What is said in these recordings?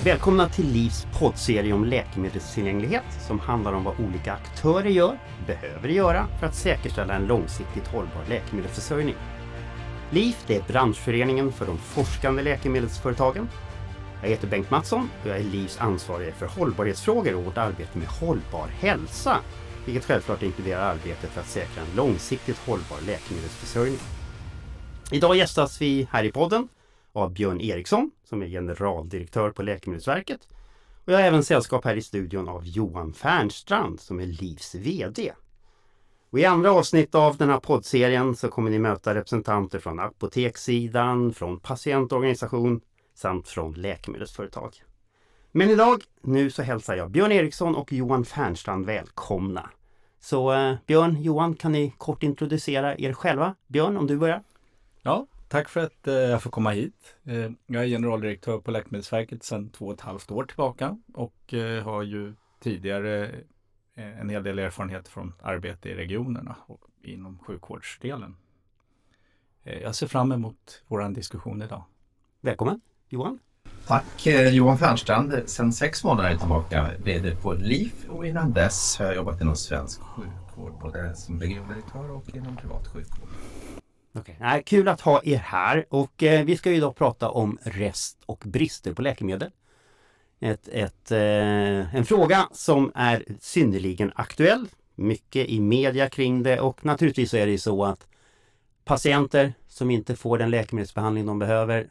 Välkomna till Livs poddserie om läkemedelstillgänglighet som handlar om vad olika aktörer gör, behöver göra för att säkerställa en långsiktigt hållbar läkemedelsförsörjning. Liv, det är branschföreningen för de forskande läkemedelsföretagen. Jag heter Bengt Mattsson och jag är Livs ansvarig för hållbarhetsfrågor och vårt arbete med hållbar hälsa, vilket självklart inkluderar arbetet för att säkra en långsiktigt hållbar läkemedelsförsörjning. Idag gästas vi här i podden av Björn Eriksson som är generaldirektör på Läkemedelsverket, och jag har även sällskap här i studion av Johan Fernstrand som är Livs VD. Och i andra avsnitt av den här poddserien så kommer ni möta representanter från apotekssidan, från patientorganisation samt från läkemedelsföretag. Men idag, nu så hälsar jag Björn Eriksson och Johan Fernstrand välkomna. Så Björn, Johan, kan ni kort introducera er själva? Björn, om du börjar. Ja, tack för att jag får komma hit. Jag är generaldirektör på Läkemedelsverket sedan 2,5 år tillbaka och har ju tidigare en hel del erfarenhet från arbete i regionerna och inom sjukvårdsdelen. Jag ser fram emot vår diskussion idag. Välkommen, Johan. Tack, Johan Fernstrand. Sedan 6 månader tillbaka VD på Liv, och innan dess har jag jobbat inom svensk sjukvård, både som regiondirektör och inom privat sjukvård. Okay. Kul att ha er här, och vi ska ju idag prata om rest och brister på läkemedel. En fråga som är synnerligen aktuell, mycket i media kring det, och naturligtvis så är det så att patienter som inte får den läkemedelsbehandling de behöver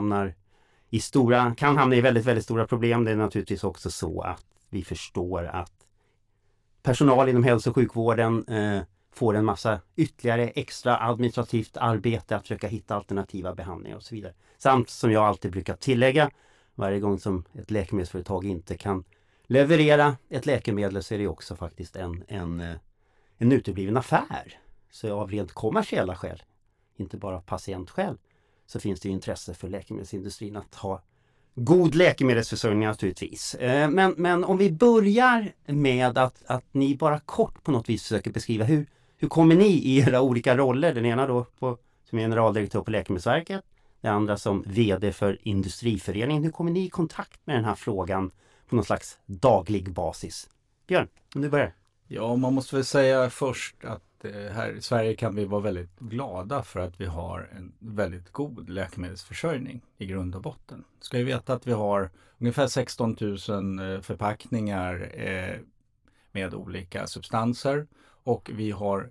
kan hamna i väldigt, väldigt stora problem. Det är naturligtvis också så att vi förstår att personal inom hälso- och sjukvården får en massa ytterligare extra administrativt arbete att försöka hitta alternativa behandlingar och så vidare. Samt, som jag alltid brukar tillägga, varje gång som ett läkemedelsföretag inte kan leverera ett läkemedel så är det också faktiskt en utebliven affär. Så av rent kommersiella skäl, inte bara patientskäl, så finns det ju intresse för läkemedelsindustrin att ha god läkemedelsförsörjning naturligtvis. Men om vi börjar med att ni bara kort på något vis försöker beskriva hur kommer ni i era olika roller? Den ena då som generaldirektör på Läkemedelsverket, den andra som VD för Industriföreningen. Hur kommer ni i kontakt med den här frågan på någon slags daglig basis? Björn, om du börjar. Ja, man måste väl säga först att här i Sverige kan vi vara väldigt glada för att vi har en väldigt god läkemedelsförsörjning i grund och botten. Ska vi veta att vi har ungefär 16 000 förpackningar med olika substanser, och vi har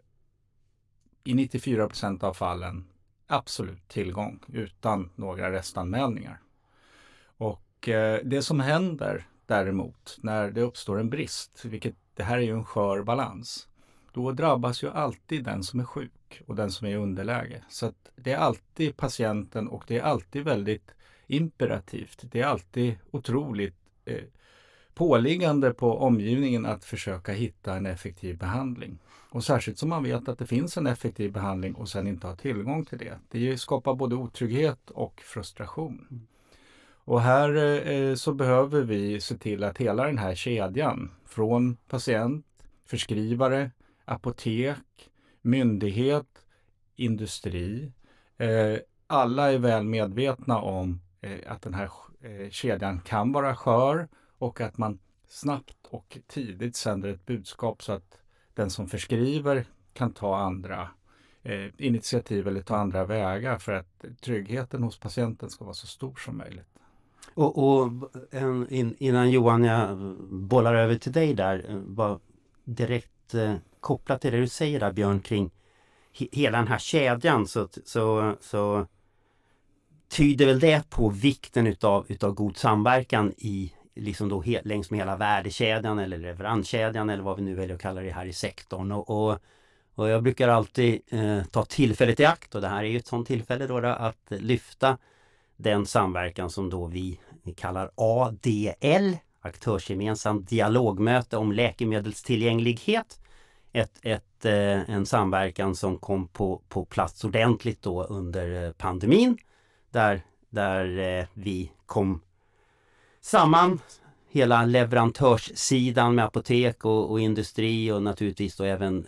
i 94% av fallen absolut tillgång utan några restanmälningar. Och det som händer däremot när det uppstår en brist, vilket det här är ju en skör balans, då drabbas ju alltid den som är sjuk och den som är i underläge. Så att det är alltid patienten, och det är alltid väldigt imperativt. Det är alltid otroligt påliggande på omgivningen att försöka hitta en effektiv behandling. Och särskilt som man vet att det finns en effektiv behandling och sen inte har tillgång till det. Det skapar både otrygghet och frustration. Och här så behöver vi se till att hela den här kedjan från patient, förskrivare, apotek, myndighet, industri. Alla är väl medvetna om att den här kedjan kan vara skör, och att man snabbt och tidigt sänder ett budskap så att den som förskriver kan ta andra initiativ eller ta andra vägar för att tryggheten hos patienten ska vara så stor som möjligt. Och innan Johan, jag bollar över till dig där, var direkt kopplat till det du säger där, Björn, kring hela den här kedjan, så tyder väl det på vikten utav god samverkan i liksom då längs med hela värdekedjan eller leveranskedjan eller vad vi nu väljer att kalla det här i sektorn. Och jag brukar alltid ta tillfället i akt, och det här är ju ett sånt tillfälle då att lyfta den samverkan som då vi kallar ADL, aktörsgemensamt dialogmöte om läkemedelstillgänglighet. En samverkan som kom på plats ordentligt då under pandemin, där vi kom samman, hela leverantörssidan med apotek och industri, och naturligtvis då även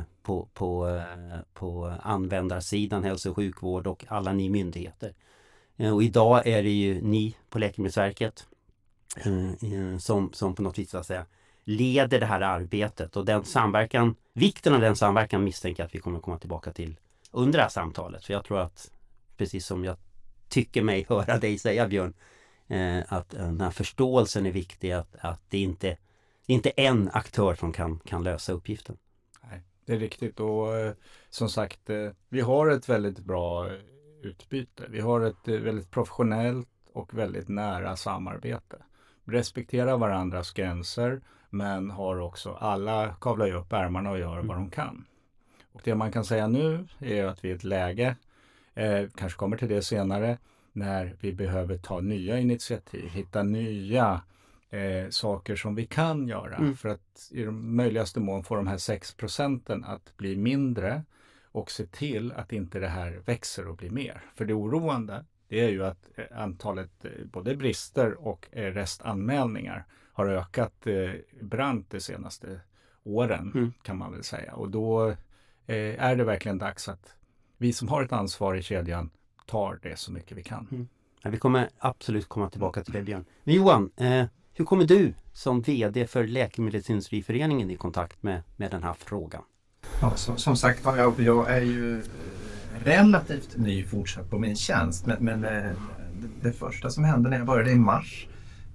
på användarsidan, hälso- och sjukvård, och alla ni myndigheter. Och idag är det ju ni på Läkemedelsverket som på något vis så att säga leder det här arbetet, och den samverkan, vikten av den samverkan misstänker jag att vi kommer komma tillbaka till under det här samtalet. För jag tror att, precis som jag tycker mig höra dig säga, Björn, att den här förståelsen är viktig, att det inte en aktör som kan lösa uppgiften. Nej, det är riktigt, och som sagt, vi har ett väldigt bra utbyte. Vi har ett väldigt professionellt och väldigt nära samarbete. Vi respekterar varandras gränser, men har också, alla kavlar ju upp ärmarna och gör vad de kan. Och det man kan säga nu är att vi är i ett läge, kanske kommer till det senare, när vi behöver ta nya initiativ, hitta nya saker som vi kan göra för att i de möjligaste mån få de här 6% att bli mindre och se till att inte det här växer och blir mer. För det oroande, det är ju att antalet både brister och restanmälningar har ökat brant de senaste åren, kan man väl säga. Och då är det verkligen dags att vi som har ett ansvar i kedjan tar det så mycket vi kan. Ja, vi kommer absolut komma tillbaka till det, Björn. Men Johan, hur kommer du som vd för Läkemedelsindustriföreningen i kontakt med den här frågan? Ja, som sagt, jag är ju relativt ny fortsatt på min tjänst, men det första som hände när jag började i mars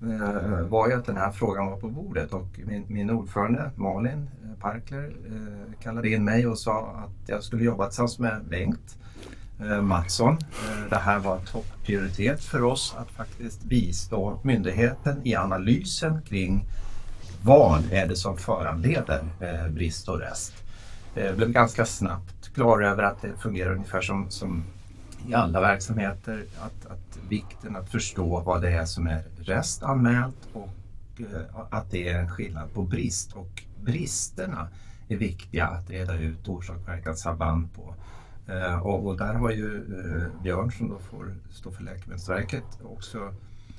var ju att den här frågan var på bordet, och min ordförande Malin Parkler kallade in mig och sa att jag skulle jobba tillsammans med Bengt Mattsson. Det här var topprioritet för oss att faktiskt bistå myndigheten i analysen kring vad är det som föranleder brist och rest. Jag blev ganska snabbt klar över att det fungerar ungefär som i alla verksamheter, att vikten att förstå vad det är som är restanmält och att det är en skillnad på brist, och bristerna är viktiga att reda ut orsak-verkan-samband på. Och där har ju Björn, som då får stå för Läkemedelsverket, också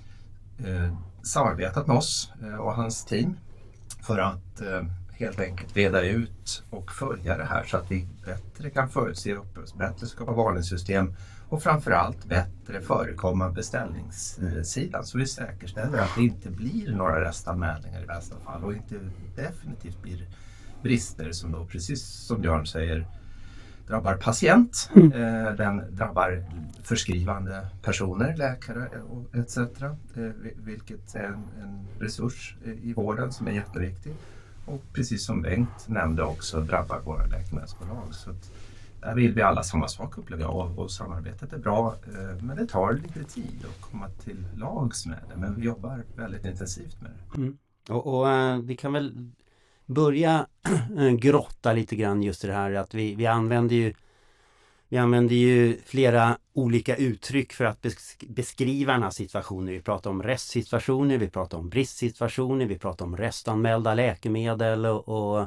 samarbetat med oss och hans team för att helt enkelt reda ut och följa det här så att vi bättre kan förutse upp, bättre skapa varningssystem och framförallt bättre förekomma beställningssidan, så vi säkerställer att det inte blir några restanmälningar i bästa fall och inte definitivt blir brister som då, precis som Björn säger, drabbar patient, den drabbar förskrivande personer, läkare etc. Vilket är en resurs i vården som är jätteviktig. Och precis som Bengt nämnde också drabbar våra läkemedelsbolag. Så att där vill vi alla samma sak, upplever jag, och samarbetet är bra, men det tar lite tid att komma till lags med det. Men vi jobbar väldigt intensivt med det. Och vi kan väl börja grotta lite grann just i det här att vi använder ju flera olika uttryck för att beskriva den här situationen. Vi pratar om restsituationer, vi pratar om bristsituationer, vi pratar om restanmälda läkemedel och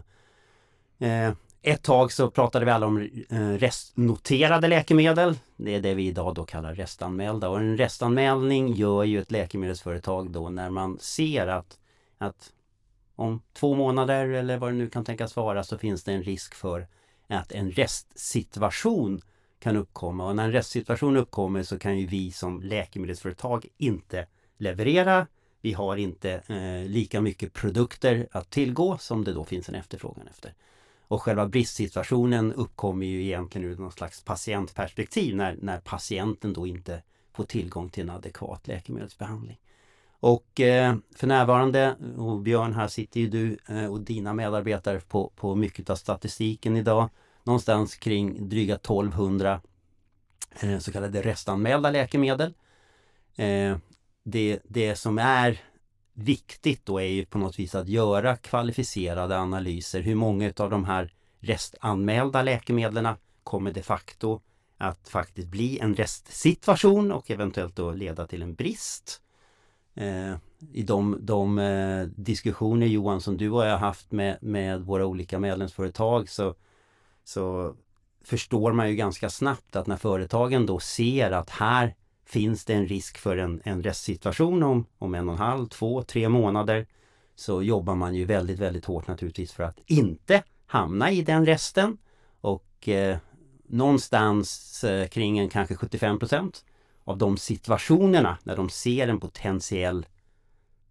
ett tag så pratade vi alla om restnoterade läkemedel. Det är det vi idag då kallar restanmälda. Och en restanmälning gör ju ett läkemedelsföretag då när man ser att om 2 månader eller vad det nu kan tänkas vara så finns det en risk för att en restsituation kan uppkomma. Och när en restsituation uppkommer så kan ju vi som läkemedelsföretag inte leverera. Vi har inte lika mycket produkter att tillgå som det då finns en efterfrågan efter. Och själva bristsituationen uppkommer ju egentligen ur någon slags patientperspektiv när patienten då inte får tillgång till en adekvat läkemedelsbehandling. Och för närvarande, och Björn, här sitter ju du och dina medarbetare på mycket av statistiken idag. Någonstans kring dryga 1200 så kallade restanmälda läkemedel. Det som är viktigt då är ju på något vis att göra kvalificerade analyser. Hur många av de här restanmälda läkemedlen kommer de facto att faktiskt bli en restsituation och eventuellt då leda till en brist. I de diskussioner, Johan, som du och jag har haft med våra olika medlemsföretag så förstår man ju ganska snabbt att när företagen då ser att här finns det en risk för en restsituation om 1,5, 2, 3 månader, så jobbar man ju väldigt, väldigt hårt naturligtvis för att inte hamna i den resten. Och någonstans kring kanske 75% av de situationerna när de ser en potentiell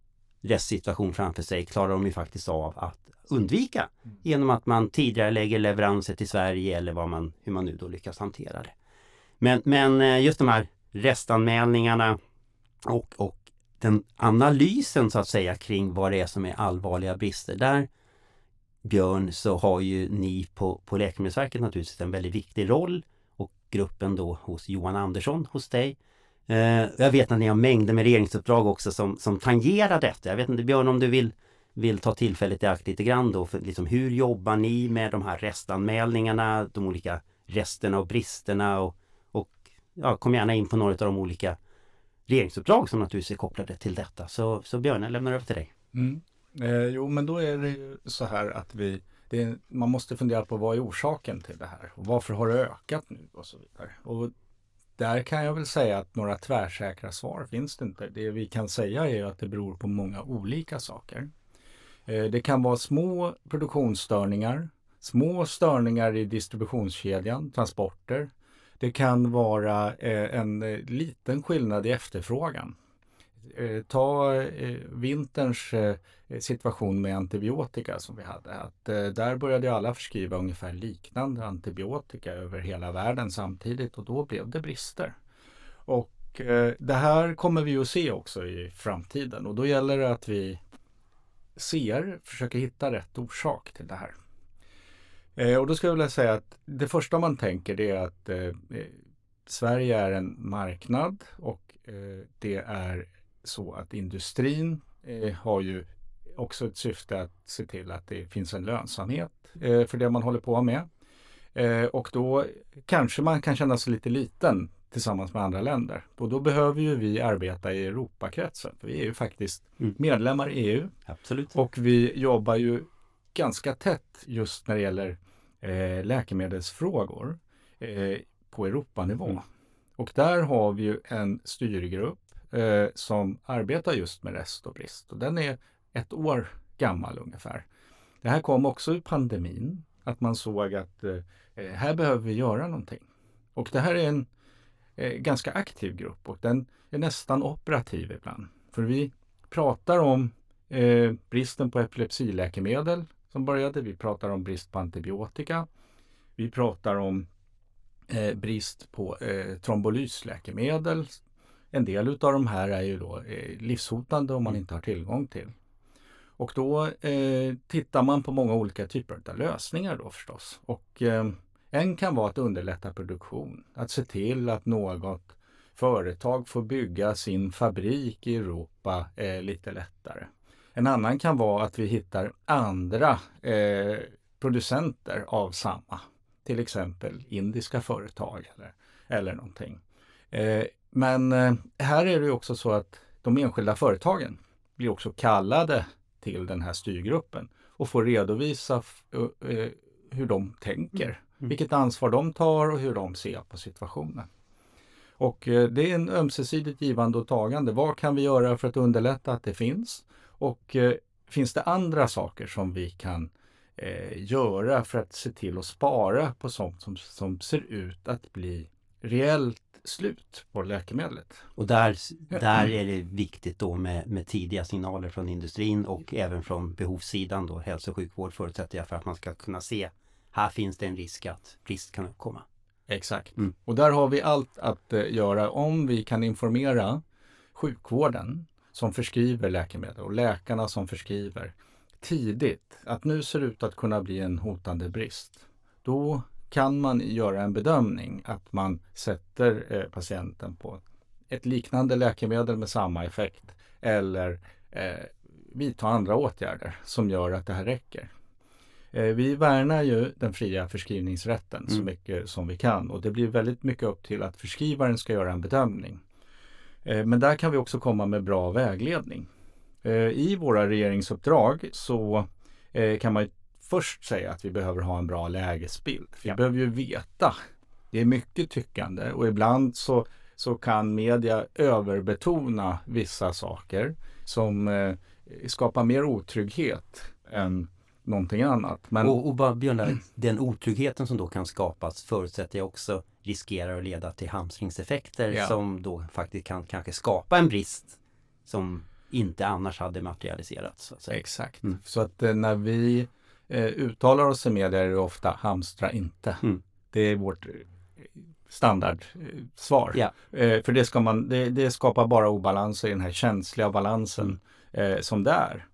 restsituation framför sig klarar de ju faktiskt av att undvika genom att man tidigare lägger leveranser till Sverige eller hur man nu då lyckas hantera det. Men just de här restanmälningarna och den analysen så att säga kring vad det är som är allvarliga brister. Där, Björn, så har ju ni på Läkemedelsverket naturligtvis en väldigt viktig roll, och gruppen då hos Johan Andersson hos dig. Jag vet att ni har mängder med regeringsuppdrag också som tangerar detta. Jag vet inte, Björn, om du vill ta tillfället i akt lite grann då, för liksom, hur jobbar ni med de här restanmälningarna, de olika resterna och bristerna, och kom gärna in på några av de olika regeringsuppdrag som naturligtvis är kopplade till detta. Så Björn, jag lämnar över till dig. Jo, men då är det ju så här att man måste fundera på vad är orsaken till det här och varför har det ökat nu och så vidare. Och där kan jag väl säga att några tvärsäkra svar finns det inte. Det vi kan säga är att det beror på många olika saker. Det kan vara små produktionsstörningar, små störningar i distributionskedjan, transporter. Det kan vara en liten skillnad i efterfrågan. Ta vinterns situation med antibiotika som vi hade. Att där började alla förskriva ungefär liknande antibiotika över hela världen samtidigt, och då blev det brister. Och det här kommer vi att se också i framtiden, och då gäller det att vi försöker hitta rätt orsak till det här. Och då skulle jag vilja säga att det första man tänker det är att Sverige är en marknad, och det är så att industrin har ju också ett syfte att se till att det finns en lönsamhet för det man håller på med. Och då kanske man kan känna sig lite liten tillsammans med andra länder. Och då behöver ju vi arbeta i Europakretsen. För vi är ju faktiskt medlemmar i EU. Absolut. Och vi jobbar ju ganska tätt just när det gäller läkemedelsfrågor på Europanivå. Och där har vi ju en styrgrupp som arbetar just med rest och brist. Och den är 1 år gammal ungefär. Det här kom också i pandemin. Att man såg att här behöver vi göra någonting. Och det här är en ganska aktiv grupp, och den är nästan operativ ibland. För vi pratar om bristen på epilepsiläkemedel som började. Vi pratar om brist på antibiotika. Vi pratar om brist på trombolysläkemedel. En del av de här är ju då livshotande om man inte har tillgång till. Och då tittar man på många olika typer av lösningar då förstås. Och en kan vara att underlätta produktion. Att se till att något företag får bygga sin fabrik i Europa lite lättare. En annan kan vara att vi hittar andra producenter av samma. Till exempel indiska företag eller någonting. Men här är det ju också så att de enskilda företagen blir också kallade till den här styrgruppen och får redovisa hur de tänker, vilket ansvar de tar och hur de ser på situationen. Och det är en ömsesidigt givande och tagande. Vad kan vi göra för att underlätta att det finns? Och finns det andra saker som vi kan göra för att se till att spara på sånt som ser ut att bli reellt slut på läkemedlet. Och där är det viktigt då med tidiga signaler från industrin och även från behovssidan då, hälso- och sjukvård förutsätter jag, för att man ska kunna se, här finns det en risk att brist kan uppkomma. Exakt. Och där har vi allt att göra om vi kan informera sjukvården som förskriver läkemedel och läkarna som förskriver tidigt att nu ser det ut att kunna bli en hotande brist. Då kan man göra en bedömning att man sätter patienten på ett liknande läkemedel med samma effekt eller vidta andra åtgärder som gör att det här räcker. Vi värnar ju den fria förskrivningsrätten så mycket som vi kan, och det blir väldigt mycket upp till att förskrivaren ska göra en bedömning. Men där kan vi också komma med bra vägledning. I våra regeringsuppdrag så kan man först säga att vi behöver ha en bra lägesbild. Vi behöver ju veta. Det är mycket tyckande, och ibland så kan media överbetona vissa saker som skapar mer otrygghet än någonting annat. Men och bara Björn, den otryggheten som då kan skapas förutsätter jag också riskerar att leda till hamstringseffekter som då faktiskt kan kanske skapa en brist som inte annars hade materialiserats. Så att säga. Exakt. Så att när vi uttalar oss i media är det ofta hamstra inte. Det är vårt standardsvar. Ja. För det skapar bara obalanser i den här känsliga balansen som det är.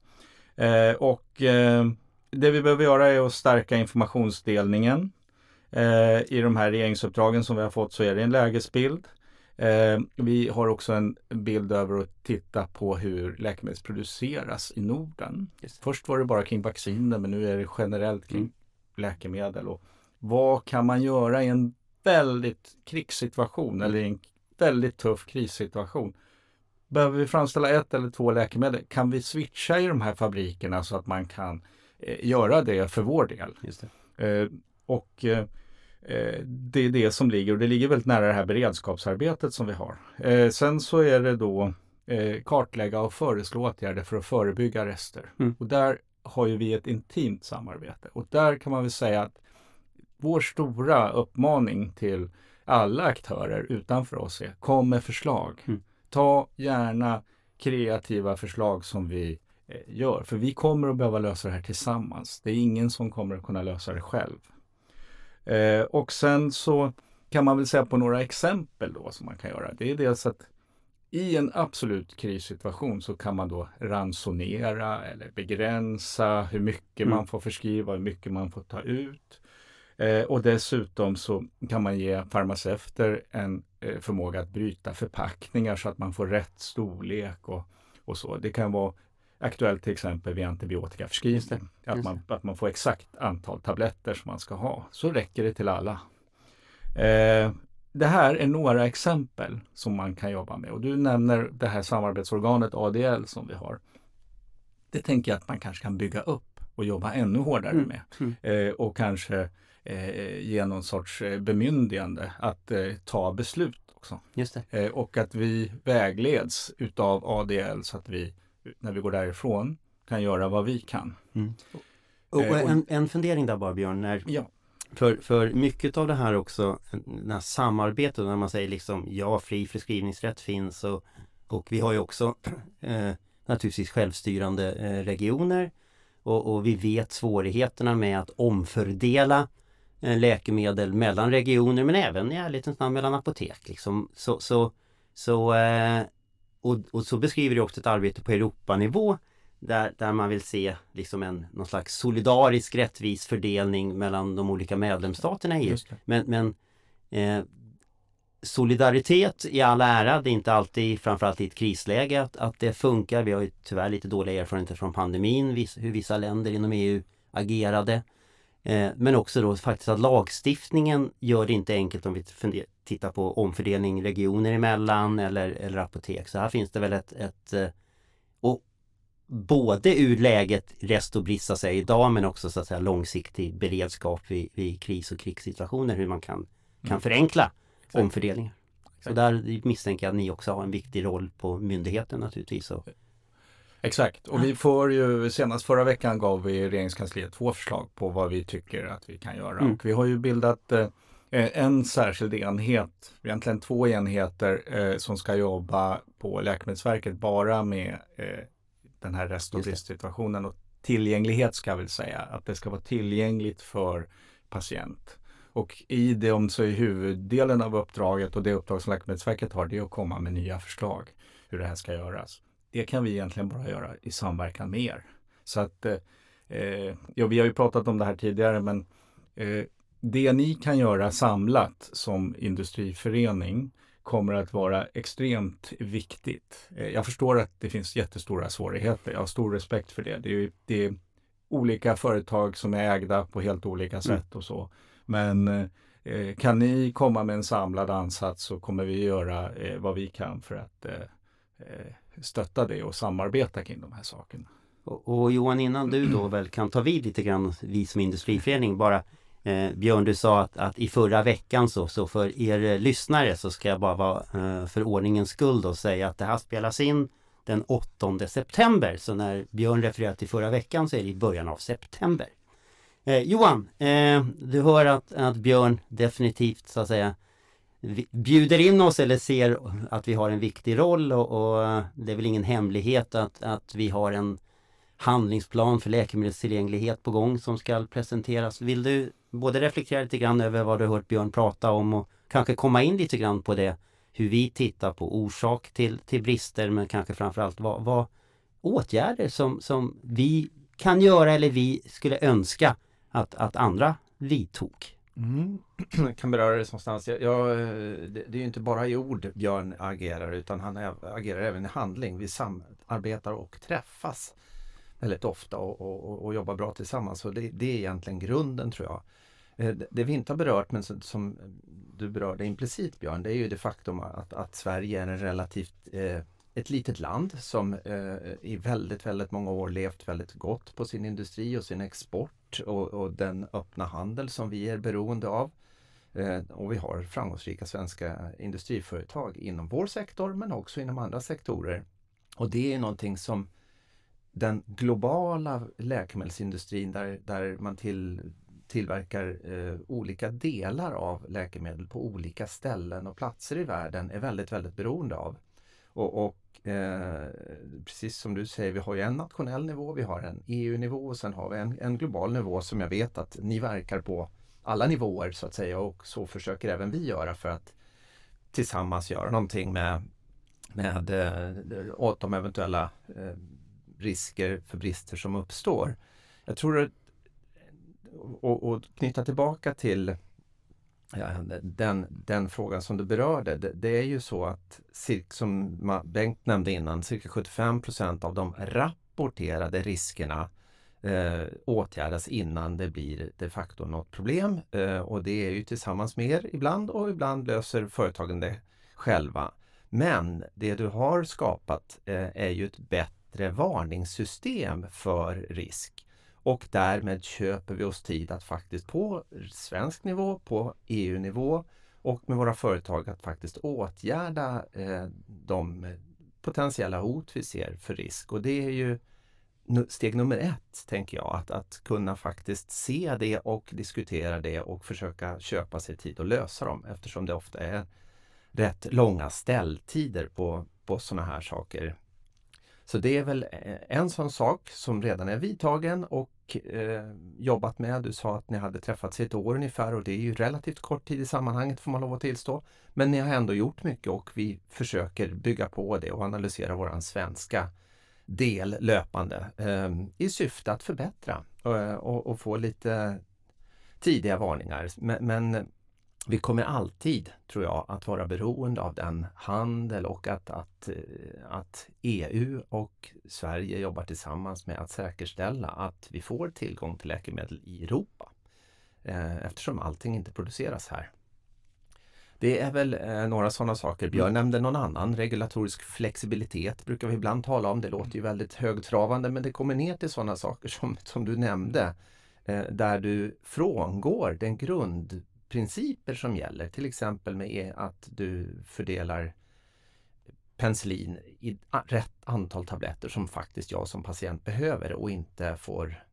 Det vi behöver göra är att stärka informationsdelningen. I de här regeringsuppdragen som vi har fått så är det en lägesbild. Vi har också en bild över att titta på hur läkemedel produceras i Norden. Först var det bara kring vacciner, men nu är det generellt kring läkemedel. Och vad kan man göra i en väldigt krigssituation eller i en väldigt tuff krissituation? Behöver vi framställa 1 eller 2 läkemedel? Kan vi switcha i de här fabrikerna så att man kan göra det för vår del? Just det. Det är det som ligger, och det ligger väldigt nära det här beredskapsarbetet som vi har. Sen så är det då kartlägga och föreslå åtgärder för att förebygga rester. Och där har ju vi ett intimt samarbete. Och där kan man väl säga att vår stora uppmaning till alla aktörer utanför oss är: kom med förslag. Ta gärna kreativa förslag som vi gör. För vi kommer att behöva lösa det här tillsammans. Det är ingen som kommer att kunna lösa det själv. Och sen så kan man väl säga på några exempel då som man kan göra. Det är dels att i en absolut krissituation så kan man då ransonera eller begränsa hur mycket man får förskriva, hur mycket man får ta ut. Och dessutom så kan man ge farmaceuter en förmåga att bryta förpackningar så att man får rätt storlek och så. Det kan vara aktuellt till exempel vid antibiotikaförskrivning. Att man får exakt antal tabletter som man ska ha. Så räcker det till alla. Det här är några exempel som man kan jobba med. Och du nämner det här samarbetsorganet ADL som vi har. Det tänker jag att man kanske kan bygga upp och jobba ännu hårdare med. Och kanske ge någon sorts bemyndigande att ta beslut också. Just det. Och att vi vägleds utav ADL så att vi när vi går därifrån kan göra vad vi kan. Och en fundering där bara, Björn. För mycket av det här också, det här samarbetet när man säger liksom fri förskrivningsrätt finns och vi har ju också naturligtvis självstyrande regioner och vi vet svårigheterna med att omfördela läkemedel mellan regioner, men även i ärlighetens namn mellan apotek liksom. Och så beskriver det också ett arbete på Europanivå där man vill se liksom någon slags solidarisk rättvis fördelning mellan de olika medlemsstaterna i EU. Men solidaritet i all ära, det är inte alltid, framförallt i ett krisläge, att det funkar. Vi har ju tyvärr lite dåliga erfarenheter från pandemin, hur vissa länder inom EU agerade. Men också då faktiskt att lagstiftningen gör det inte enkelt om vi tittar på omfördelning regioner emellan eller apotek. Så här finns det väl och både ur läget resto brista sig idag, men också så att säga långsiktig beredskap vid kris- och krigssituationer, hur man kan förenkla omfördelningar. Så där misstänker jag att ni också har en viktig roll på myndigheten naturligtvis. Exakt, och vi får ju senast förra veckan gav vi regeringskansliet 2 förslag på vad vi tycker att vi kan göra. Och vi har ju bildat en särskild enhet, egentligen 2 enheter som ska jobba på Läkemedelsverket bara med den här rest- och bristsituationen. Och tillgänglighet ska jag väl säga, att det ska vara tillgängligt för patient. Och i det så är huvuddelen av uppdraget och det uppdrag som Läkemedelsverket har, det är att komma med nya förslag hur det här ska göras. Det kan vi egentligen bara göra i samverkan med er. Så att, vi har ju pratat om det här tidigare, men det ni kan göra samlat som industriförening kommer att vara extremt viktigt. Jag förstår att det finns jättestora svårigheter. Jag har stor respekt för det. Det är olika företag som är ägda på helt olika sätt och så. Men kan ni komma med en samlad ansats så kommer vi göra vad vi kan för att stötta det och samarbeta kring de här sakerna. Och Johan, innan du då väl kan ta vid lite grann, vi som industriförening, bara Björn, du sa att i förra veckan så för er lyssnare så ska jag bara vara för ordningens skull då säga att det här spelas in den 8 september. Så när Björn refererar till förra veckan så är det i början av september. Johan, du hör att Björn definitivt så att säga bjuder in oss eller ser att vi har en viktig roll och det är väl ingen hemlighet att vi har en handlingsplan för läkemedelstillgänglighet på gång som ska presenteras. Vill du både reflektera lite grann över vad du har hört Björn prata om och kanske komma in lite grann på det, hur vi tittar på orsak till brister, men kanske framförallt vad åtgärder som vi kan göra eller vi skulle önska att andra vidtog. Jag kan beröra det någonstans. Det är ju inte bara i ord Björn agerar, utan han agerar även i handling. Vi samarbetar och träffas väldigt ofta och jobbar bra tillsammans. Så det är egentligen grunden, tror jag. Det vi inte har berört, men som du berörde implicit Björn, det är ju det faktum att Sverige är en relativt ett litet land som i väldigt, väldigt många år levt väldigt gott på sin industri och sin export och den öppna handel som vi är beroende av. Och vi har framgångsrika svenska industriföretag inom vår sektor, men också inom andra sektorer. Och det är någonting som den globala läkemedelsindustrin där man tillverkar olika delar av läkemedel på olika ställen och platser i världen är väldigt, väldigt beroende av. Och precis som du säger, vi har ju en nationell nivå, vi har en EU-nivå och sen har vi en global nivå som jag vet att ni verkar på alla nivåer så att säga, och så försöker även vi göra för att tillsammans göra någonting åt de eventuella risker för brister som uppstår. Jag tror att och knyta tillbaka till den frågan som du berörde, det är ju så att som Bengt nämnde innan, cirka 75% av de rapporterade riskerna åtgärdas innan det blir de facto något problem, och det är ju tillsammans med er ibland och ibland löser företagen det själva. Men det du har skapat är ju ett bättre varningssystem för risk. Och därmed köper vi oss tid att faktiskt på svensk nivå, på EU-nivå och med våra företag att faktiskt åtgärda de potentiella hot vi ser för risk. Och det är ju steg nummer 1, tänker jag, att kunna faktiskt se det och diskutera det och försöka köpa sig tid och lösa dem, eftersom det ofta är rätt långa ställtider på sådana här saker. Så det är väl en sån sak som redan är vidtagen och jobbat med. Du sa att ni hade träffats i ett år ungefär, och det är ju relativt kort tid i sammanhanget, får man lov att tillstå. Men ni har ändå gjort mycket och vi försöker bygga på det och analysera våran svenska del löpande i syfte att förbättra och få lite tidiga varningar. Men vi kommer alltid, tror jag, att vara beroende av den handel och att EU och Sverige jobbar tillsammans med att säkerställa att vi får tillgång till läkemedel i Europa. Eftersom allting inte produceras här. Det är väl några sådana saker. Björn nämnde någon annan. Regulatorisk flexibilitet brukar vi ibland tala om. Det låter ju väldigt högtravande, men det kommer ner till sådana saker som du nämnde. Där du frångår den grundprinciper som gäller. Till exempel med att du fördelar penicillin i rätt antal tabletter som faktiskt jag som patient behöver och inte får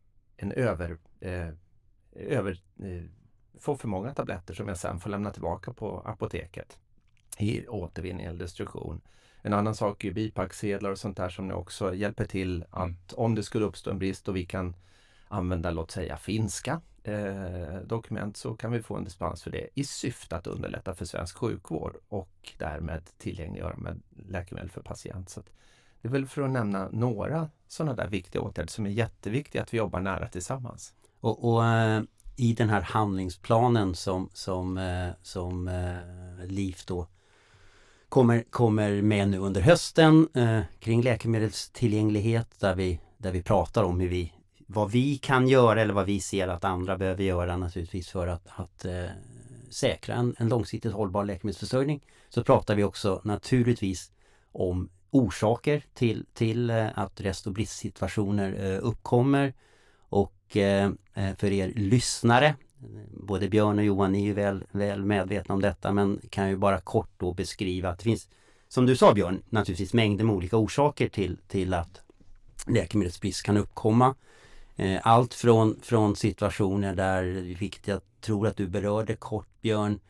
får för många tabletter som jag sen får lämna tillbaka på apoteket i återvinning eller destruktion. En annan sak är bipacksedlar och sånt där som också hjälper till att om det skulle uppstå en brist och vi kan använda, låt säga, finska dokument, så kan vi få en dispens för det i syfte att underlätta för svensk sjukvård och därmed tillgängliggöra med läkemedel för patient. Så det är väl för att nämna några sådana där viktiga åtgärder som är jätteviktiga att vi jobbar nära tillsammans. Och i den här handlingsplanen som LIF då kommer med nu under hösten kring läkemedelstillgänglighet, där vi pratar om vad vi kan göra eller vad vi ser att andra behöver göra naturligtvis för att säkra en långsiktigt hållbar läkemedelsförsörjning, så pratar vi också naturligtvis om orsaker till att rest- och bristsituationer uppkommer. Och för er lyssnare, både Björn och Johan är ju väl medvetna om detta, men kan ju bara kort då beskriva att det finns, som du sa Björn, naturligtvis mängder med olika orsaker till att läkemedelsbrist kan uppkomma. Allt från situationer där, vilket jag tror att du berörde kort Björn,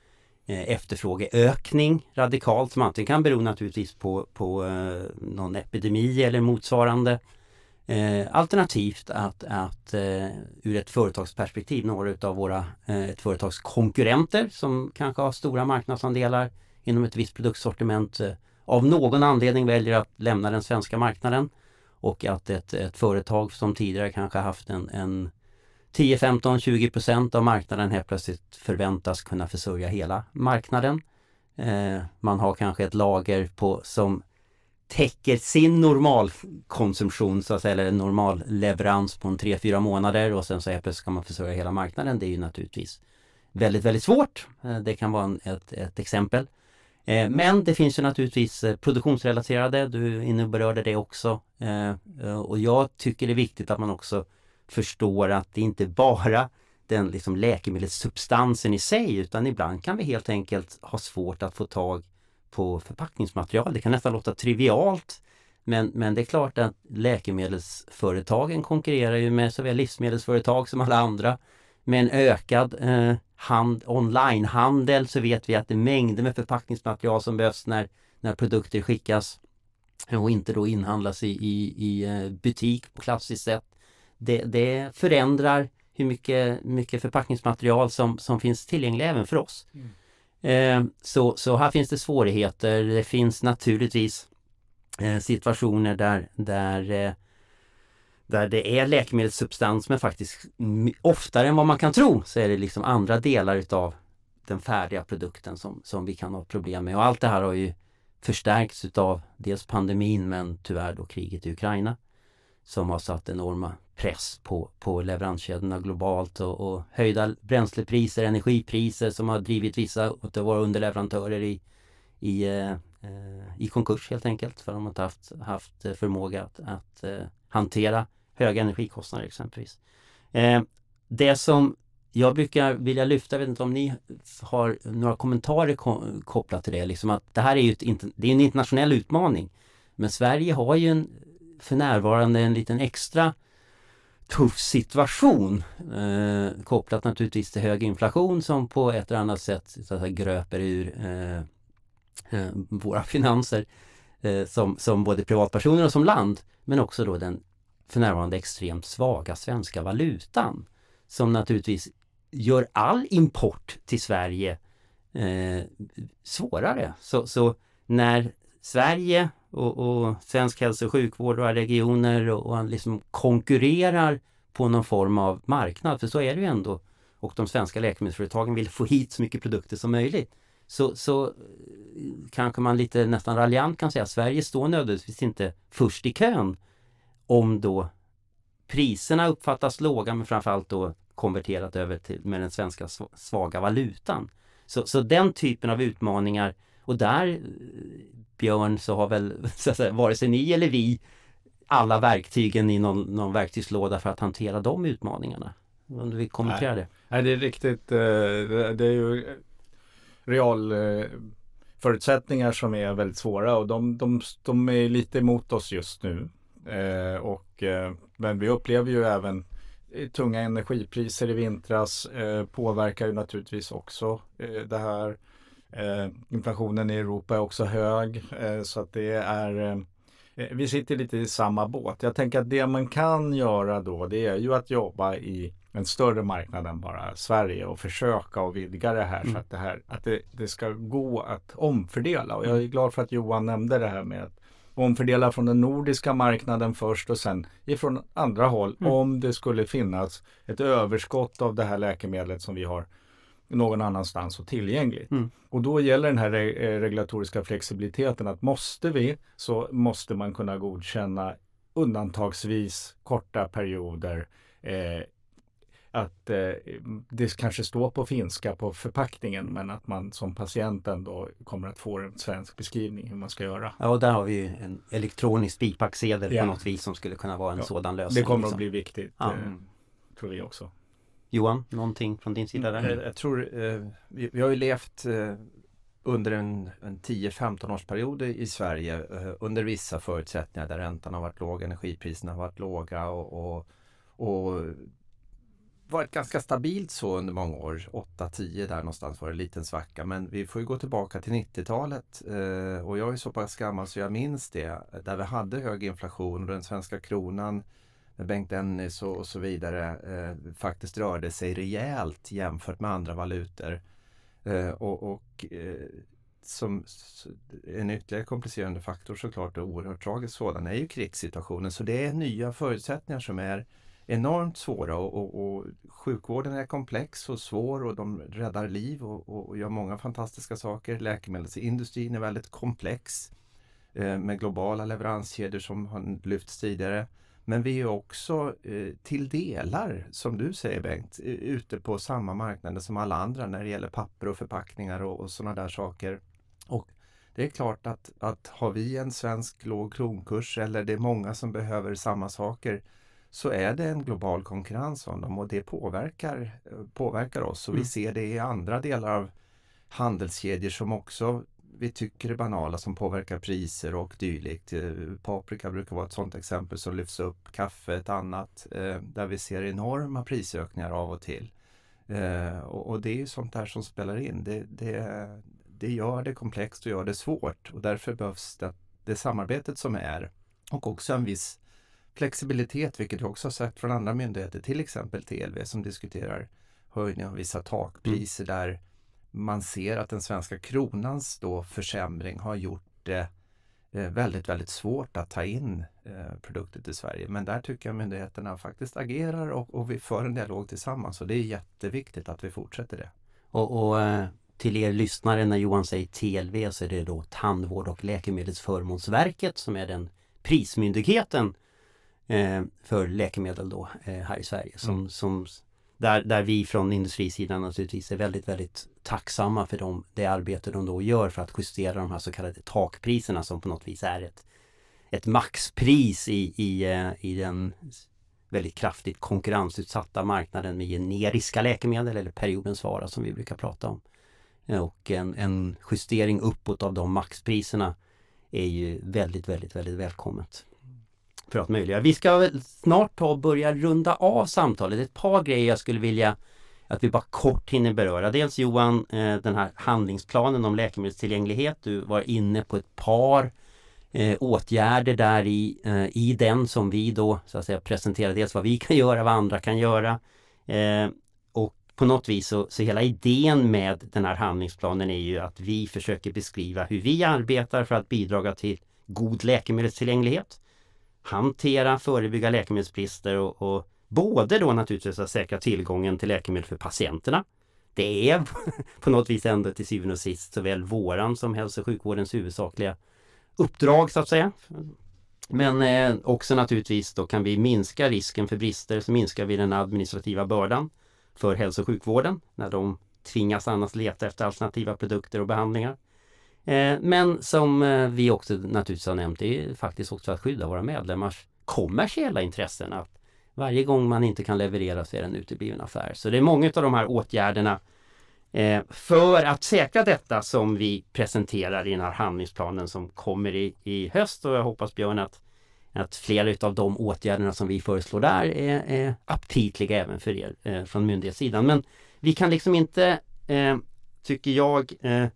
efterfrågeökning radikalt som antingen kan bero naturligtvis på någon epidemi eller motsvarande. Alternativt att ur ett företagsperspektiv, några av våra ett företags konkurrenter som kanske har stora marknadsandelar inom ett visst produktsortiment av någon anledning väljer att lämna den svenska marknaden, och att ett företag som tidigare kanske haft en 10, 15, 20% av marknaden helt plötsligt förväntas kunna försörja hela marknaden. Man har kanske ett lager som täcker sin normalkonsumtion så att säga, eller en normal leverans på 3-4 månader, och sen så helt plötsligt ska man försörja hela marknaden. Det är ju naturligtvis väldigt, väldigt svårt. Det kan vara ett exempel. Men det finns ju naturligtvis produktionsrelaterade, du är inne och berörde det också. Och jag tycker det är viktigt att man också förstår att det inte bara den liksom läkemedelssubstansen i sig, utan ibland kan vi helt enkelt ha svårt att få tag på förpackningsmaterial. Det kan nästan låta trivialt, men det är klart att läkemedelsföretagen konkurrerar ju med såväl livsmedelsföretag som alla andra. Med en ökad onlinehandel så vet vi att det är mängder med förpackningsmaterial som behövs när produkter skickas och inte då inhandlas i butik på klassiskt sätt. Det förändrar hur mycket förpackningsmaterial som finns tillgängligt även för oss. Så här finns det svårigheter. Det finns naturligtvis situationer där det är läkemedelssubstans, men faktiskt oftare än vad man kan tro så är det liksom andra delar utav den färdiga produkten som vi kan ha problem med. Och allt det här har ju förstärkts utav dels pandemin, men tyvärr då kriget i Ukraina som har satt enorma press på leveranskedjorna globalt och höjda bränslepriser, energipriser som har drivit vissa av våra underleverantörer i konkurs helt enkelt, för de har inte haft förmåga att hantera höga energikostnader exempelvis. Det som jag brukar vilja lyfta, jag vet inte om ni har några kommentarer kopplat till det, liksom att det här är ju det är en internationell utmaning, men Sverige har ju för närvarande en liten extra tuff situation kopplat naturligtvis till hög inflation som på ett eller annat sätt så att säga, gröper ur våra finanser som både privatpersoner och som land, men också då den för närvarande extremt svaga svenska valutan som naturligtvis gör all import till Sverige svårare. Så när Sverige och svensk hälso- och sjukvård och regioner och liksom konkurrerar på någon form av marknad, för så är det ju ändå, och de svenska läkemedelsföretagen vill få hit så mycket produkter som möjligt, så kanske man lite nästan raljant kan säga att Sverige står nödvändigtvis inte först i kön om då priserna uppfattas låga, men framförallt då konverterat över till med den svenska svaga valutan. Så den typen av utmaningar, och där Björn, så har väl så att säga, vare sig ni eller vi alla verktygen i någon verktygslåda för att hantera de utmaningarna. Om du vill kommentera det. Nej, det är riktigt. Det är ju förutsättningar som är väldigt svåra, och de är lite emot oss just nu. Men vi upplever ju även tunga energipriser i vintras påverkar ju naturligtvis också det här. Inflationen i Europa är också hög, så att det är vi sitter lite i samma båt. Jag tänker att det man kan göra då, det är ju att jobba i en större marknad än bara Sverige och försöka och vidga det här så att det ska gå att omfördela. Och jag är glad för att Johan nämnde det här med att omfördela från den nordiska marknaden först och sen ifrån andra håll om det skulle finnas ett överskott av det här läkemedlet som vi har någon annanstans och tillgängligt. Och då gäller den här regulatoriska flexibiliteten att så måste man kunna godkänna undantagsvis korta perioder att det kanske står på finska på förpackningen, men att man som patient ändå kommer att få en svensk beskrivning hur man ska göra. Ja, och där har vi ju en elektronisk bipacksedel på något vis som skulle kunna vara en sådan lösning. Det kommer att bli viktigt, tror vi också. Johan, någonting från din sida där? Jag tror, vi har ju levt under en 10-15 årsperiod i Sverige under vissa förutsättningar där räntan har varit låg, energipriserna har varit låga och varit ganska stabilt så under många år. 8-10 där någonstans var det en liten svacka. Men vi får ju gå tillbaka till 90-talet. Och jag är så pass gammal så jag minns det. Där vi hade hög inflation och den svenska kronan med Bengt Dennis och så vidare faktiskt rörde sig rejält jämfört med andra valutor. Som en ytterligare komplicerande faktor såklart och oerhört tragisk sådan är ju krigssituationen. Så det är nya förutsättningar som är enormt svåra och sjukvården är komplex och svår och de räddar liv och gör många fantastiska saker. Läkemedelsindustrin är väldigt komplex med globala leveranskedjor som har lyfts tidigare. Men vi är också till delar, som du säger Bengt, ute på samma marknader som alla andra när det gäller papper och förpackningar och sådana där saker. Och det är klart att har vi en svensk låg kronkurs eller det är många som behöver samma saker så är det en global konkurrens om dem och det påverkar oss. Och vi ser det i andra delar av handelskedjor som också vi tycker är banala som påverkar priser och dylikt. Paprika brukar vara ett sådant exempel som lyfts upp, kaffe ett annat där vi ser enorma prisökningar av och till. Och det är ju sånt där som spelar in. Det gör det komplext och gör det svårt och därför behövs det samarbetet som är och också en viss flexibilitet, vilket vi också har sett från andra myndigheter, till exempel TLV som diskuterar höjning av vissa takpriser där man ser att den svenska kronans då försämring har gjort det väldigt, väldigt svårt att ta in produkter till Sverige. Men där tycker jag myndigheterna faktiskt agerar och vi för en dialog tillsammans och det är jätteviktigt att vi fortsätter det. Och till er lyssnare, när Johan säger TLV så är det då Tandvård- och läkemedelsförmånsverket som är den prismyndigheten för läkemedel då här i Sverige. Där vi från industrisidan naturligtvis är väldigt, väldigt tacksamma för det arbete de då gör för att justera de här så kallade takpriserna som på något vis är ett maxpris i den väldigt kraftigt konkurrensutsatta marknaden med generiska läkemedel eller periodens vara som vi brukar prata om. Och en justering uppåt av de maxpriserna är ju väldigt, väldigt, väldigt välkommet. För att möjliggöra. Vi ska väl snart börja runda av samtalet. Ett par grejer jag skulle vilja att vi bara kort hinner beröra. Dels Johan, den här handlingsplanen om läkemedelstillgänglighet. Du var inne på ett par åtgärder där i den som vi då så att säga presenterar. Dels vad vi kan göra, vad andra kan göra. Och på något vis så hela idén med den här handlingsplanen är ju att vi försöker beskriva hur vi arbetar för att bidra till god läkemedelstillgänglighet. Hantera, förebygga läkemedelsbrister och både då naturligtvis att säkra tillgången till läkemedel för patienterna. Det är på något vis ändå till syvende och sist såväl våran som hälso- och sjukvårdens huvudsakliga uppdrag så att säga. Men också naturligtvis då kan vi minska risken för brister, så minskar vi den administrativa bördan för hälso- och sjukvården när de tvingas annars leta efter alternativa produkter och behandlingar. Men som vi också naturligtvis har nämnt, det är faktiskt också att skydda våra medlemmars kommersiella intressen. Att varje gång man inte kan leverera så är det en utebliven affär. Så det är många av de här åtgärderna för att säkra detta som vi presenterar i den här handlingsplanen som kommer i höst. Och jag hoppas Björn att flera av de åtgärderna som vi föreslår där är aptitliga även för er från myndighetssidan. Men vi kan liksom inte, tycker jag,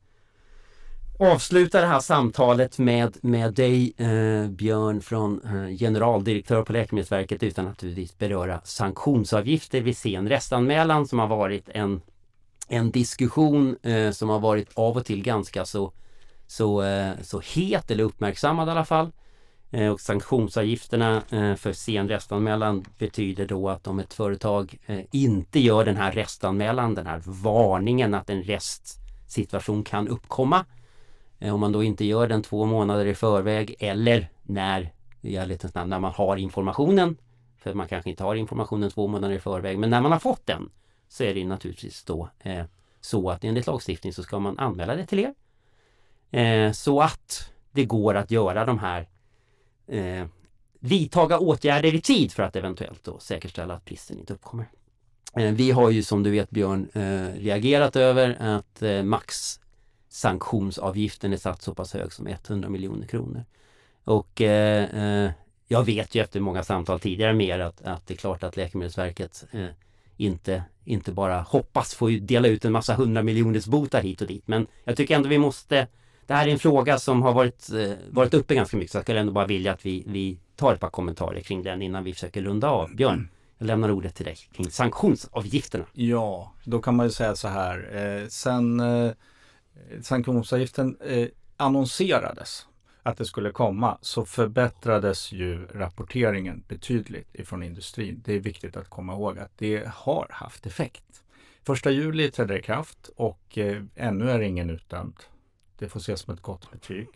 avsluta det här samtalet med dig Björn från generaldirektör på Läkemedelsverket utan att naturligtvis beröra sanktionsavgifter vid sen restanmälan som har varit en diskussion som har varit av och till ganska så het eller uppmärksammad i alla fall. Och sanktionsavgifterna för sen restanmälan betyder då att om ett företag inte gör den här restanmälan, den här varningen att en restsituation kan uppkomma, om man då inte gör den 2 månader i förväg eller när man har informationen, för man kanske inte har informationen 2 månader i förväg, men när man har fått den så är det naturligtvis då så att enligt lagstiftning så ska man anmäla det till er så att det går att göra de här vidtaga åtgärder i tid för att eventuellt då säkerställa att bristen inte uppkommer. Vi har ju som du vet Björn reagerat över att sanktionsavgiften är satt så pass hög som 100 miljoner kronor. Och jag vet ju efter många samtal tidigare med att det är klart att Läkemedelsverket inte bara hoppas få dela ut en massa 100 miljoners botar hit och dit. Men jag tycker ändå det här är en fråga som har varit uppe ganska mycket, så jag skulle ändå bara vilja att vi tar ett par kommentarer kring den innan vi försöker runda av. Björn, jag lämnar ordet till dig kring sanktionsavgifterna. Ja, då kan man ju säga så här. Sen sanktionsavgiften annonserades att det skulle komma, så förbättrades ju rapporteringen betydligt ifrån industrin. Det är viktigt att komma ihåg att det har haft effekt. 1 juli trädde det i kraft och ännu är ingen utdömd. Det får ses som ett gott betyg.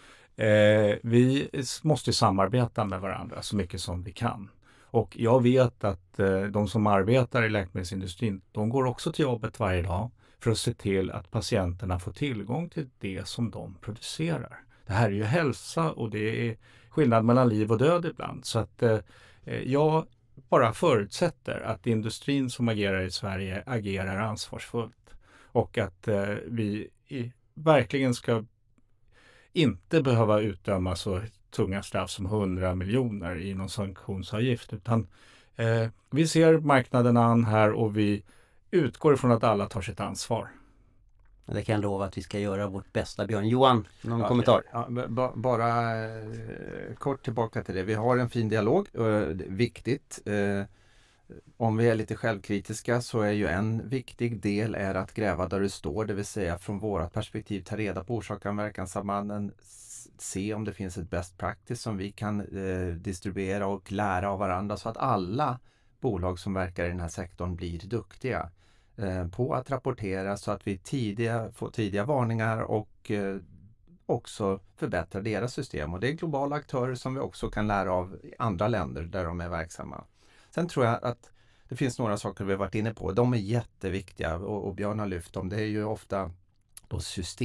Vi måste samarbeta med varandra så mycket som vi kan. Och jag vet att de som arbetar i läkemedelsindustrin, de går också till jobbet varje dag för att se till att patienterna får tillgång till det som de producerar. Det här är ju hälsa och det är skillnad mellan liv och död ibland. Så att jag bara förutsätter att industrin som agerar i Sverige agerar ansvarsfullt. Och att vi verkligen ska inte behöva utdöma så tunga straff som 100 miljoner i någon sanktionsavgift. Utan vi ser marknaden an här och vi utgår ifrån att alla tar sitt ansvar. Det kan jag lova att vi ska göra vårt bästa. Björn, Johan, någon kommentar? Ja, bara kort tillbaka till det. Vi har en fin dialog, viktigt. Om vi är lite självkritiska så är ju en viktig del är att gräva där det står, det vill säga från vårat perspektiv ta reda på orsaken verkanssambanden, se om det finns ett best practice som vi kan distribuera och lära av varandra så att alla bolag som verkar i den här sektorn blir duktiga på att rapportera så att vi får tidiga varningar och också förbättra deras system. Och det är globala aktörer som vi också kan lära av i andra länder där de är verksamma. Sen tror jag att det finns några saker vi har varit inne på. De är jätteviktiga och Björn har lyft dem. Det är ju ofta då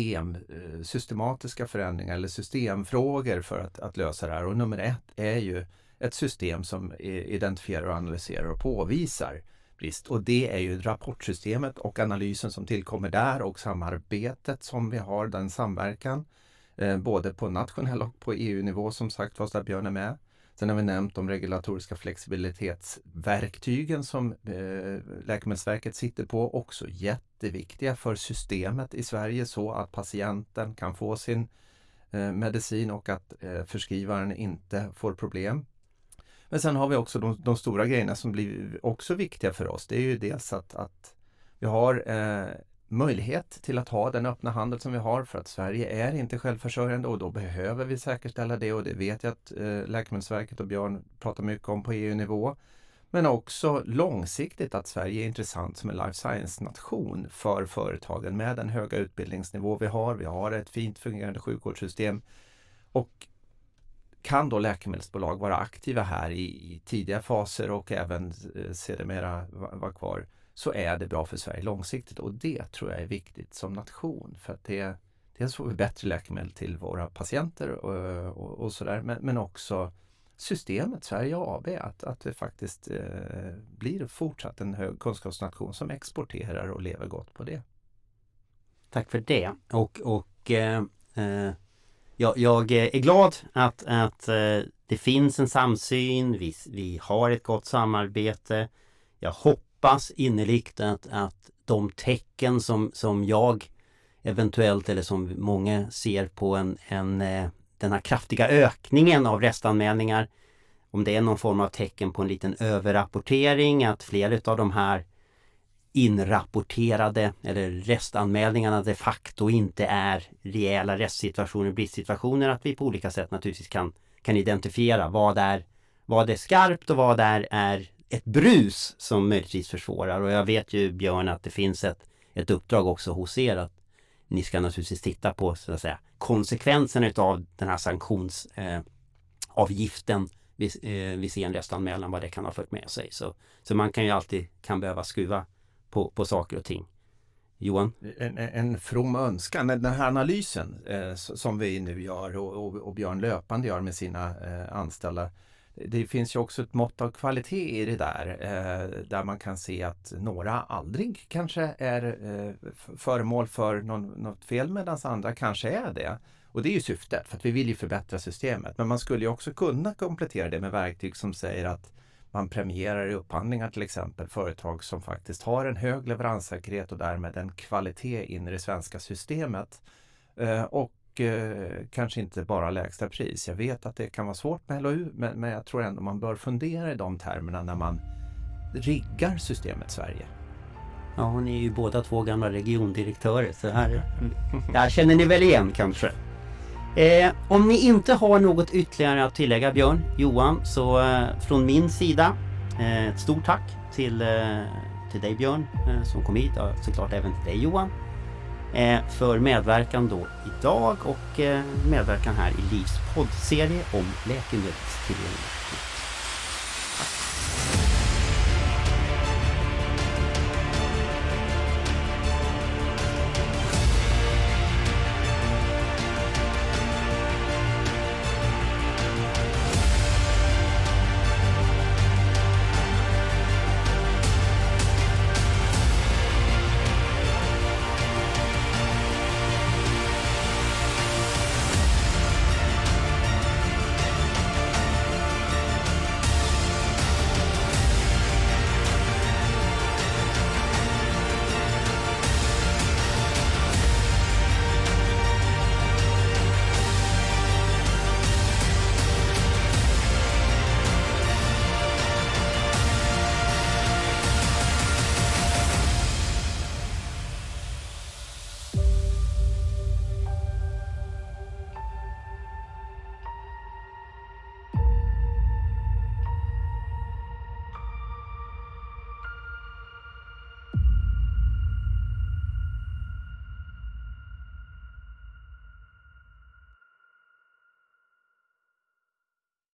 systematiska förändringar eller systemfrågor för att lösa det här. Och nummer 1 är ju ett system som identifierar och analyserar och påvisar brist. Och det är ju rapportsystemet och analysen som tillkommer där och samarbetet som vi har, den samverkan. Både på nationell och på EU-nivå som sagt, fast där Björn är med. Sen har vi nämnt de regulatoriska flexibilitetsverktygen som Läkemedelsverket sitter på. Också jätteviktiga för systemet i Sverige så att patienten kan få sin medicin och att förskrivaren inte får problem. Men sen har vi också de stora grejerna som blir också viktiga för oss. Det är ju dels att vi har möjlighet till att ha den öppna handel som vi har, för att Sverige är inte självförsörjande och då behöver vi säkerställa det, och det vet jag att Läkemedelsverket och Björn pratar mycket om på EU-nivå. Men också långsiktigt att Sverige är intressant som en life science-nation för företagen med den höga utbildningsnivå vi har. Vi har ett fint fungerande sjukvårdssystem och kan då läkemedelsbolag vara aktiva här i tidiga faser och även sedermera vara kvar, så är det bra för Sverige långsiktigt, och det tror jag är viktigt som nation, för att dels får vi bättre läkemedel till våra patienter och sådär, men också systemet Sverige AB, att det faktiskt blir fortsatt en hög kunskapsnation som exporterar och lever gott på det. Tack för det. Jag är glad att det finns en samsyn, vi har ett gott samarbete. Jag hoppas innerligt att de tecken som jag eventuellt, eller som många ser på den här kraftiga ökningen av restanmälningar, om det är någon form av tecken på en liten överrapportering, att flera av de här inrapporterade eller restanmälningarna de facto inte är rejäla restsituationer, bristsituationer, att vi på olika sätt naturligtvis kan identifiera vad är skarpt och vad är ett brus som möjligtvis försvårar. Och jag vet ju, Björn, att det finns ett uppdrag också hos er att ni ska naturligtvis titta på, så att säga, konsekvenserna av den här sanktionsavgiften vi ser en restanmälan, vad det kan ha fört med sig. Så man kan ju alltid behöva skruva på saker och ting. Johan? En from önskan. Den här analysen som vi nu gör och Björn löpande gör med sina anställda, det finns ju också ett mått av kvalitet i det där man kan se att några aldrig kanske är föremål för något fel, medan andra kanske är det. Och det är ju syftet, för att vi vill ju förbättra systemet. Men man skulle ju också kunna komplettera det med verktyg som säger att Man premierar i upphandlingar till exempel företag som faktiskt har en hög leveranssäkerhet och därmed en kvalitet in i det svenska systemet. Och kanske inte bara lägsta pris. Jag vet att det kan vara svårt med LOU, men jag tror ändå man bör fundera i de termerna när man riggar systemet Sverige. Ja, ni är ju båda två gamla regiondirektörer, så här känner ni väl igen kanske. Om ni inte har något ytterligare att tillägga, Björn, Johan, så från min sida ett stort tack till dig, Björn, som kom hit, och såklart även till dig, Johan, för medverkan då idag och medverkan här i Livs poddserie om läkemedelstillgänglighet.